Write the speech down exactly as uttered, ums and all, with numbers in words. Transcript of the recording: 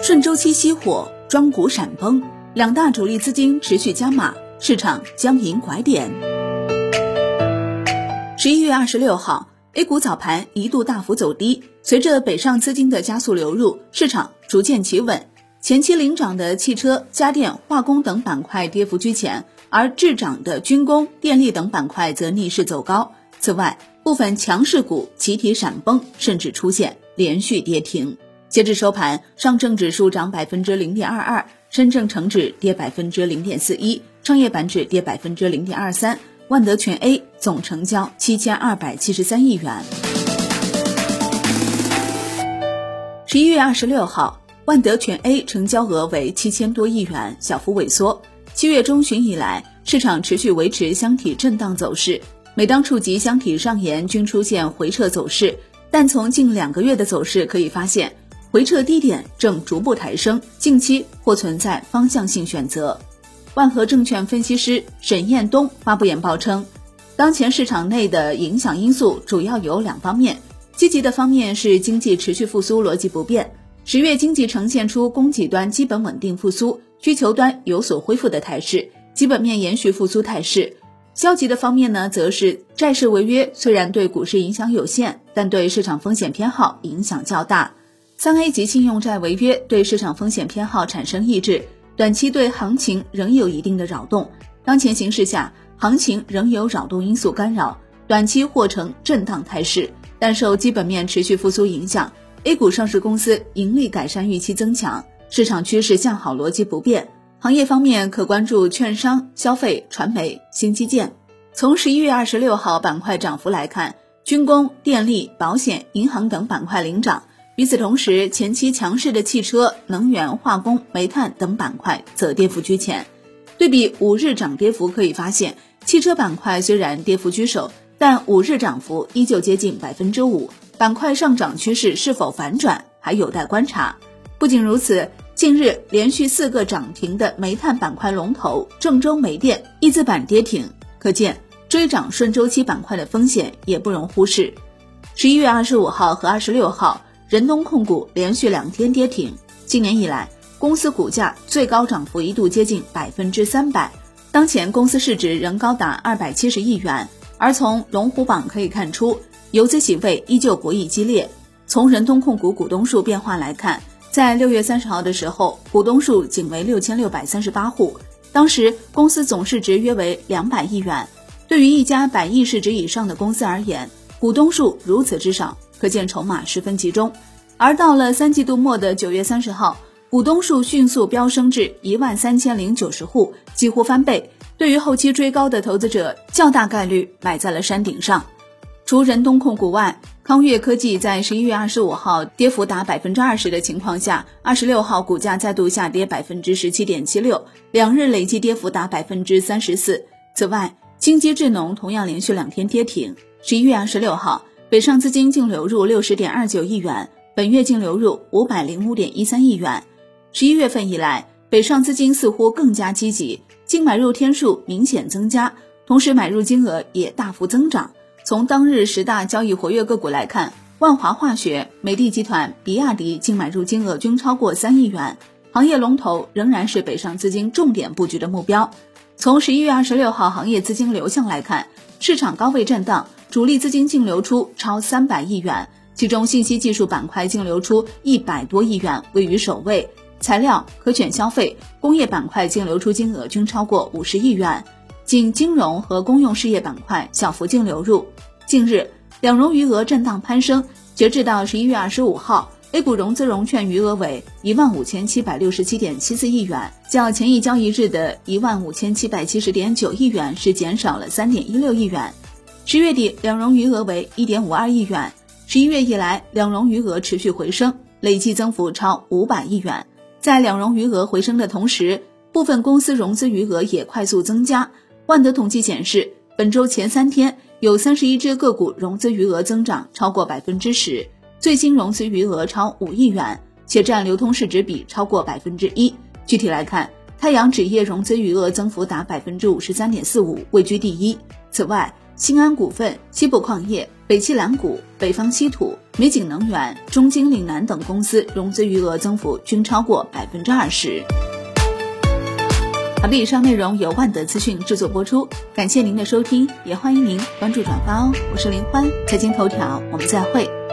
顺周期熄火，庄股闪崩，两大主力资金持续加码，市场将迎拐点。十一月二十六号 A 股早盘一度大幅走低，随着北上资金的加速流入，市场逐渐企稳。前期领涨的汽车、家电、化工等板块跌幅居前，而滞涨的军工、电力等板块则逆势走高。此外，部分强势股集体闪崩，甚至出现连续跌停。截至收盘，上证指数涨 百分之零点二二， 深证成指跌 百分之零点四一， 创业板指跌 百分之零点二三， 万德全 A 总成交七千二百七十三亿元。十一月二十六号，万德全 A 成交额为七千多亿元，小幅萎缩。七月中旬以来，市场持续维持箱体震荡走势，每当触及箱体上沿均出现回撤走势，但从近两个月的走势可以发现，回撤低点正逐步抬升，近期或存在方向性选择。万和证券分析师沈彦东发布研报称，当前市场内的影响因素主要有两方面，积极的方面是经济持续复苏逻辑不变，十月经济呈现出供给端基本稳定复苏，需求端有所恢复的态势，基本面延续复苏态势。消极的方面呢，则是债市违约虽然对股市影响有限，但对市场风险偏好影响较大。三 A 级信用债违约对市场风险偏好产生抑制，短期对行情仍有一定的扰动。当前形势下，行情仍有扰动因素干扰，短期或呈震荡态势，但受基本面持续复苏影响， A 股上市公司盈利改善预期增强，市场趋势向好逻辑不变。行业方面可关注券商、消费、传媒、新基建。从十一月二十六号板块涨幅来看，军工、电力、保险、银行等板块领涨。与此同时，前期强势的汽车、能源、化工、煤炭等板块则跌幅居前。对比五日涨跌幅可以发现，汽车板块虽然跌幅居首，但五日涨幅依旧接近 百分之五， 板块上涨趋势是否反转还有待观察。不仅如此，近日连续四个涨停的煤炭板块龙头郑州煤电一字板跌停，可见追涨顺周期板块的风险也不容忽视。十一月二十五号和二十六号仁东控股连续两天跌停，今年以来公司股价最高涨幅一度接近 百分之三百， 当前公司市值仍高达二百七十亿元。而从龙虎榜可以看出，游资洗位依旧博弈激烈。从仁东控股股东数变化来看，在六月三十号的时候，股东数仅为六千六百三十八户，当时公司总市值约为两百亿元。对于一家百亿市值以上的公司而言，股东数如此之少，可见筹码十分集中。而到了三季度末的九月三十号，股东数迅速飙升至一万三千零九十户，几乎翻倍。对于后期追高的投资者，较大概率买在了山顶上。除仁东控股外，康悦科技在十一月二十五号跌幅达 百分之二十 的情况下，二十六号股价再度下跌 百分之十七点七六， 两日累计跌幅达 百分之三十四。此外，金基智能同样连续两天跌停。十一月二十六号，北上资金净流入 六十点二九亿元，本月净流入 五百零五点一三亿元。十一月份以来，北上资金似乎更加积极，净买入天数明显增加，同时买入金额也大幅增长。从当日十大交易活跃个股来看，万华化学、美的集团、比亚迪净买入金额均超过三亿元，行业龙头仍然是北上资金重点布局的目标。从十一月二十六号行业资金流向来看，市场高位震荡，主力资金净流出超三百亿元，其中信息技术板块净流出一百多亿元，位于首位。材料、可选消费、工业板块净流出金额均超过五十亿元，仅金融和公用事业板块小幅净流入。近日，两融余额震荡攀升，截至到十一月二十五号 A 股融资融券余额为 一万五千七百六十七点七四亿元，较前一交易日的 一万五千七百七十点九亿元是减少了 三点一六亿元。十月底两融余额为 一点五二亿元，十一月以来两融余额持续回升，累计增幅超五百亿元。在两融余额回升的同时，部分公司融资余额也快速增加。万德统计显示，本周前三天有三十一只个股融资余额增长超过 百分之十， 最新融资余额超五亿元，且占流通市值比超过 百分之一。 具体来看，太阳纸业融资余额增幅达 百分之五十三点四五， 位居第一。此外，新安股份、西部矿业、北汽蓝谷、北方稀土、 美景能源、中金岭南等公司融资余额增幅均超过百分之二十。好的，以上内容由万德资讯制作播出，感谢您的收听，也欢迎您关注转发哦。我是林欢，财经头条，我们再会。